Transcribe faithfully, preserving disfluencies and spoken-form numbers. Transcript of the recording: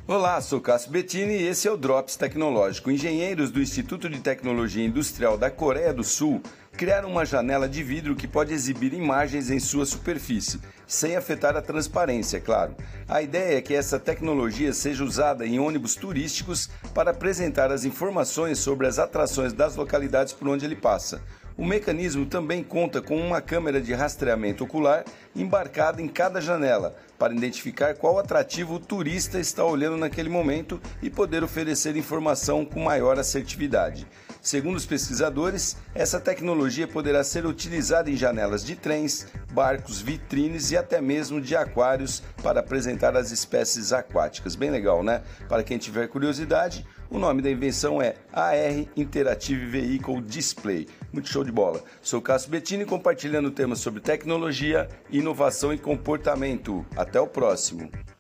Olá, sou Cássio Bettini e esse é o Drops Tecnológico. Engenheiros do Instituto de Tecnologia Industrial da Coreia do Sul criaram uma janela de vidro que pode exibir imagens em sua superfície, sem afetar a transparência, é claro. A ideia é que essa tecnologia seja usada em ônibus turísticos para apresentar as informações sobre as atrações das localidades por onde ele passa. O mecanismo também conta com uma câmera de rastreamento ocular embarcada em cada janela, para identificar qual atrativo o turista está olhando naquele momento e poder oferecer informação com maior assertividade. Segundo os pesquisadores, essa tecnologia poderá ser utilizada em janelas de trens, barcos, vitrines e até mesmo de aquários para apresentar as espécies aquáticas. Bem legal, né? Para quem tiver curiosidade, o nome da invenção é A R Interactive Vehicle Display. Muito show de bola. Sou Cássio Bettini compartilhando temas sobre tecnologia, inovação e comportamento. Até o próximo.